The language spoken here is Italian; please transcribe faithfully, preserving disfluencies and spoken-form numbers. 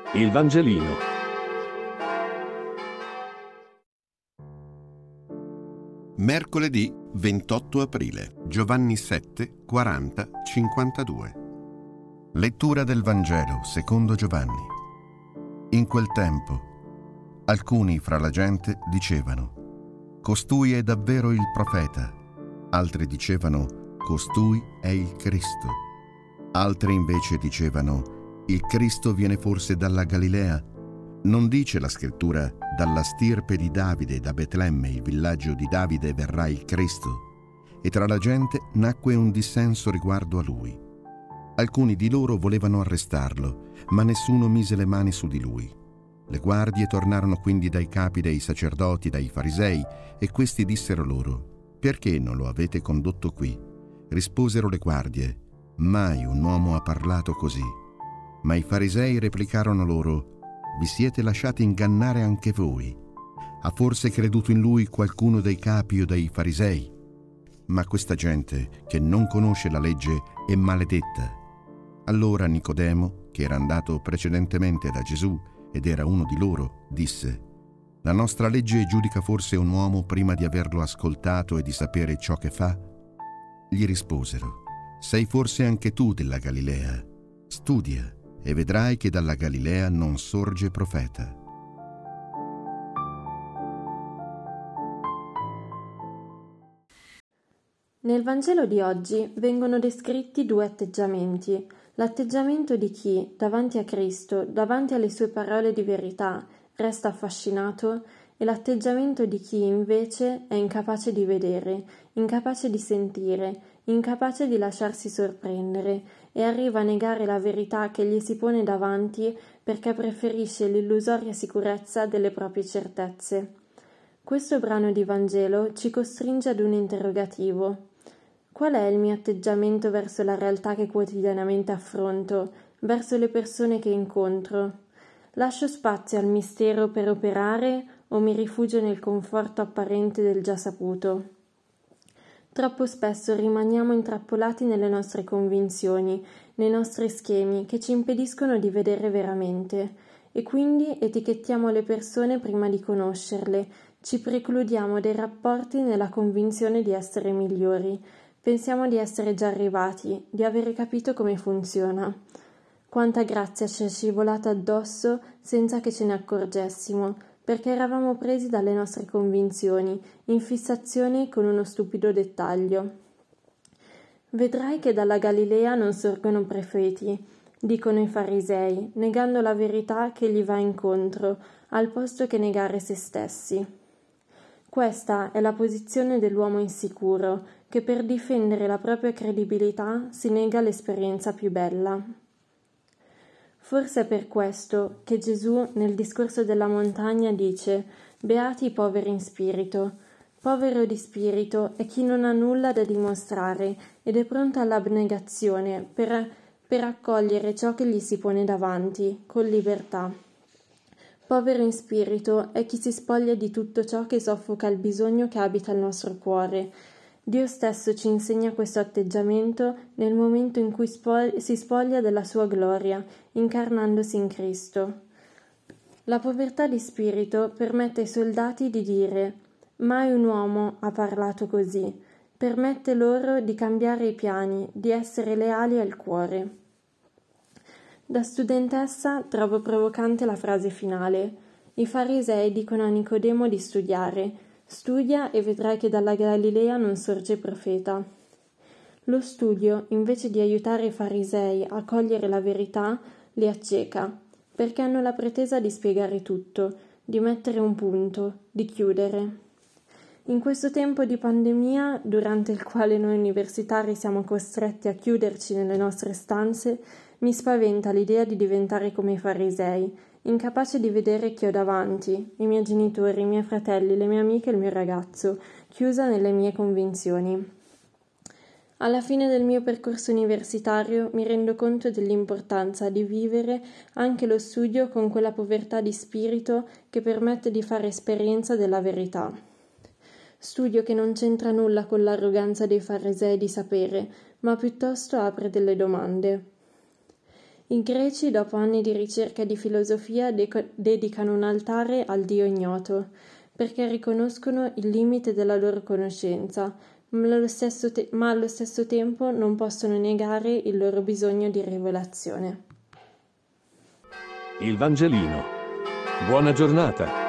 Il Vangelino. Mercoledì ventotto aprile, Giovanni sette, quaranta, cinquantadue. Lettura del Vangelo secondo Giovanni. In quel tempo, alcuni fra la gente dicevano: «Costui è davvero il profeta». Altri dicevano: «Costui è il Cristo». Altri invece dicevano: «Il Cristo viene forse dalla Galilea? Non dice la scrittura: dalla stirpe di Davide, da Betlemme, il villaggio di Davide, verrà il Cristo?» E tra la gente nacque un dissenso riguardo a lui. Alcuni di loro volevano arrestarlo, ma nessuno mise le mani su di lui. Le guardie tornarono quindi dai capi dei sacerdoti, dai farisei, e questi dissero loro: «Perché non lo avete condotto qui?» Risposero le guardie: «Mai un uomo ha parlato così». Ma i farisei replicarono loro: «Vi siete lasciati ingannare anche voi. Ha forse creduto in lui qualcuno dei capi o dei farisei? Ma questa gente, che non conosce la legge, è maledetta». Allora Nicodemo, che era andato precedentemente da Gesù ed era uno di loro, disse: «La nostra legge giudica forse un uomo prima di averlo ascoltato e di sapere ciò che fa?» Gli risposero: «Sei forse anche tu della Galilea? Studia e vedrai che dalla Galilea non sorge profeta». Nel Vangelo di oggi vengono descritti due atteggiamenti: l'atteggiamento di chi, davanti a Cristo, davanti alle sue parole di verità, resta affascinato, e l'atteggiamento di chi invece è incapace di vedere, incapace di sentire, incapace di lasciarsi sorprendere, e arriva a negare la verità che gli si pone davanti perché preferisce l'illusoria sicurezza delle proprie certezze. Questo brano di Vangelo ci costringe ad un interrogativo. Qual è il mio atteggiamento verso la realtà che quotidianamente affronto, verso le persone che incontro? Lascio spazio al mistero per operare o mi rifugio nel conforto apparente del già saputo? Troppo spesso rimaniamo intrappolati nelle nostre convinzioni, nei nostri schemi che ci impediscono di vedere veramente, e quindi etichettiamo le persone prima di conoscerle, ci precludiamo dei rapporti nella convinzione di essere migliori, pensiamo di essere già arrivati, di avere capito come funziona. Quanta grazia ci è scivolata addosso senza che ce ne accorgessimo, perché eravamo presi dalle nostre convinzioni, in fissazione con uno stupido dettaglio. «Vedrai che dalla Galilea non sorgono profeti», dicono i farisei, negando la verità che gli va incontro, al posto che negare se stessi. Questa è la posizione dell'uomo insicuro, che per difendere la propria credibilità si nega l'esperienza più bella. Forse è per questo che Gesù nel discorso della montagna dice: «Beati i poveri in spirito». Povero di spirito è chi non ha nulla da dimostrare ed è pronto all'abnegazione per, per accogliere ciò che gli si pone davanti, con libertà. Povero in spirito è chi si spoglia di tutto ciò che soffoca il bisogno che abita il nostro cuore. Dio stesso ci insegna questo atteggiamento nel momento in cui spog- si spoglia della sua gloria, incarnandosi in Cristo. La povertà di spirito permette ai soldati di dire: «Mai un uomo ha parlato così», permette loro di cambiare i piani, di essere leali al cuore. Da studentessa trovo provocante la frase finale. I farisei dicono a Nicodemo di studiare: «Studia e vedrai che dalla Galilea non sorge profeta». Lo studio, invece di aiutare i farisei a cogliere la verità, li acceca, perché hanno la pretesa di spiegare tutto, di mettere un punto, di chiudere. In questo tempo di pandemia, durante il quale noi universitari siamo costretti a chiuderci nelle nostre stanze, mi spaventa l'idea di diventare come i farisei, incapace di vedere chi ho davanti, i miei genitori, i miei fratelli, le mie amiche e il mio ragazzo, chiusa nelle mie convinzioni. Alla fine del mio percorso universitario mi rendo conto dell'importanza di vivere anche lo studio con quella povertà di spirito che permette di fare esperienza della verità. Studio che non c'entra nulla con l'arroganza dei farisei di sapere, ma piuttosto apre delle domande. I greci, dopo anni di ricerca di filosofia, de- dedicano un altare al Dio ignoto, perché riconoscono il limite della loro conoscenza, ma allo stesso, te- ma allo stesso tempo non possono negare il loro bisogno di rivelazione. Il Vangelino. Buona giornata.